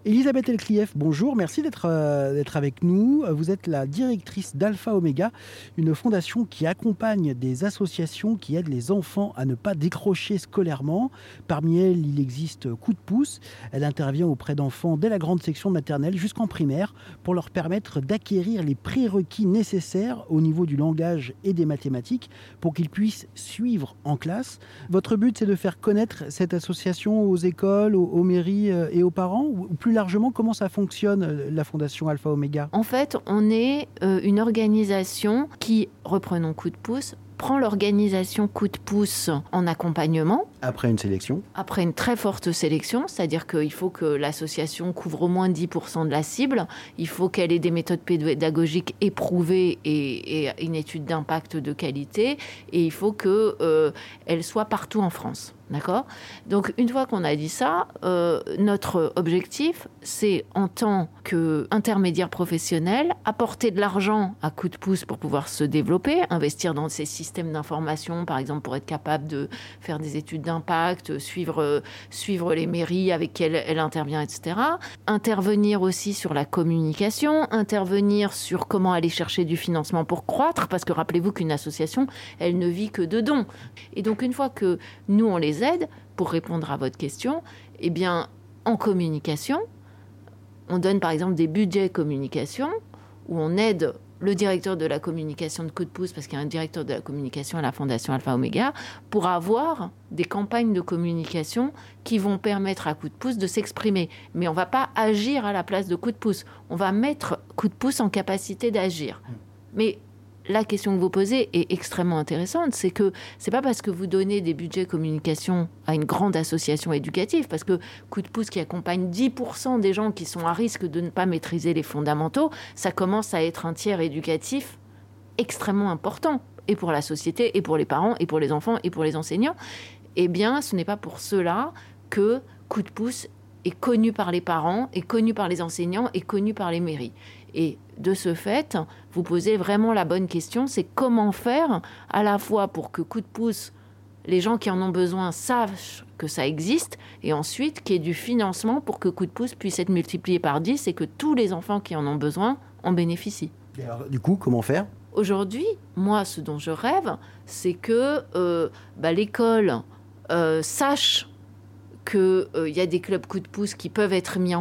Elisabeth Elklief, bonjour, merci d'être avec nous. Vous êtes la directrice d'Alpha Omega, une fondation qui accompagne des associations qui aident les enfants à ne pas décrocher scolairement. Parmi elles, il existe Coup de pouce. Elle intervient auprès d'enfants dès la grande section maternelle jusqu'en primaire pour leur permettre d'acquérir les prérequis nécessaires au niveau du langage et des mathématiques pour qu'ils puissent suivre en classe. Votre but, c'est de faire connaître cette association aux écoles, aux mairies et aux parents, ou plus largement, comment ça fonctionne, la Fondation Alpha Omega ? En fait, on est une organisation qui, reprenons Coup de pouce, prend l'organisation Coup de pouce en accompagnement. Après une sélection ? Après une très forte sélection, c'est-à-dire qu'il faut que l'association couvre au moins 10% de la cible, il faut qu'elle ait des méthodes pédagogiques éprouvées et une étude d'impact de qualité, et il faut qu'elle soit partout en France. D'accord ? Donc, une fois qu'on a dit ça, notre objectif, c'est, en tant qu'intermédiaire professionnel, apporter de l'argent à Coup de pouce pour pouvoir se développer, investir dans ces systèmes d'information, par exemple, pour être capable de faire des études d'impact, suivre les mairies avec qui elle intervient, etc. Intervenir aussi sur la communication, intervenir sur comment aller chercher du financement pour croître, parce que rappelez-vous qu'une association, elle ne vit que de dons. Et donc, une fois que nous, on les aide, pour répondre à votre question, eh bien, en communication, on donne par exemple des budgets communication où on aide le directeur de la communication de Coup de pouce, parce qu'il y a un directeur de la communication à la Fondation Alpha Omega, pour avoir des campagnes de communication qui vont permettre à Coup de pouce de s'exprimer. Mais on ne va pas agir à la place de Coup de pouce. On va mettre Coup de pouce en capacité d'agir. Mais la question que vous posez est extrêmement intéressante. C'est que c'est pas parce que vous donnez des budgets communication à une grande association éducative, parce que Coup de pouce qui accompagne 10% des gens qui sont à risque de ne pas maîtriser les fondamentaux, ça commence à être un tiers éducatif extrêmement important, et pour la société, et pour les parents, et pour les enfants, et pour les enseignants. Eh bien, ce n'est pas pour cela que Coup de pouce est connu par les parents, est connu par les enseignants, est connu par les mairies. Et de ce fait, vous posez vraiment la bonne question, c'est comment faire à la fois pour que Coup de pouce, les gens qui en ont besoin sachent que ça existe, et ensuite qu'il y ait du financement pour que Coup de pouce puisse être multiplié par 10 et que tous les enfants qui en ont besoin en bénéficient. Et alors, du coup, comment faire ? Aujourd'hui, moi, ce dont je rêve, c'est que l'école sache qu'il y a des clubs Coup de pouce qui peuvent être mis en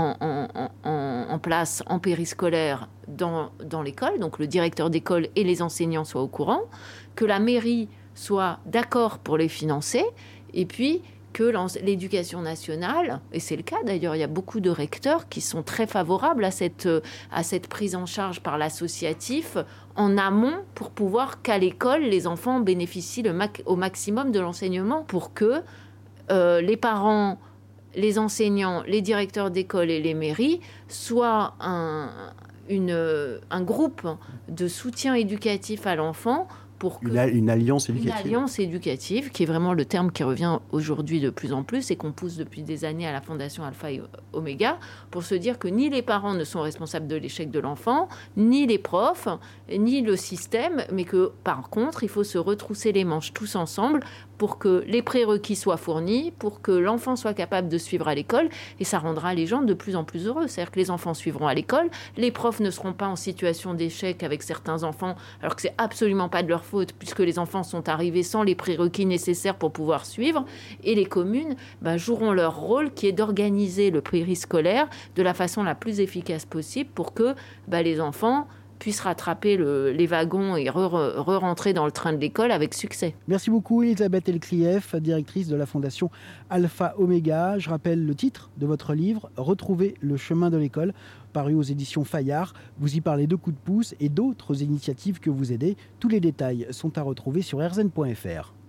place en périscolaire dans l'école, donc le directeur d'école et les enseignants soient au courant, que la mairie soit d'accord pour les financer, et puis que l'éducation nationale, et c'est le cas d'ailleurs, il y a beaucoup de recteurs qui sont très favorables à cette prise en charge par l'associatif en amont, pour pouvoir qu'à l'école, les enfants bénéficient au maximum de l'enseignement, pour que les parents, les enseignants, les directeurs d'école et les mairies soient un groupe de soutien éducatif à l'enfant, pour que une alliance éducative. Une alliance éducative, qui est vraiment le terme qui revient aujourd'hui de plus en plus et qu'on pousse depuis des années à la Fondation Alpha Omega, pour se dire que ni les parents ne sont responsables de l'échec de l'enfant, ni les profs, ni le système, mais que par contre, il faut se retrousser les manches tous ensemble pour que les prérequis soient fournis, pour que l'enfant soit capable de suivre à l'école, et ça rendra les gens de plus en plus heureux. C'est-à-dire que les enfants suivront à l'école, les profs ne seront pas en situation d'échec avec certains enfants, alors que c'est absolument pas de leur faute, puisque les enfants sont arrivés sans les prérequis nécessaires pour pouvoir suivre, et les communes joueront leur rôle, qui est d'organiser le périscolaire de la façon la plus efficace possible pour que les enfants puissent rattraper les wagons et re-rentrer dans le train de l'école avec succès. Merci beaucoup Elisabeth Elklief, directrice de la Fondation Alpha Omega. Je rappelle le titre de votre livre, « Retrouver le chemin de l'école », paru aux éditions Fayard. Vous y parlez de Coup de pouce et d'autres initiatives que vous aidez. Tous les détails sont à retrouver sur rzn.fr.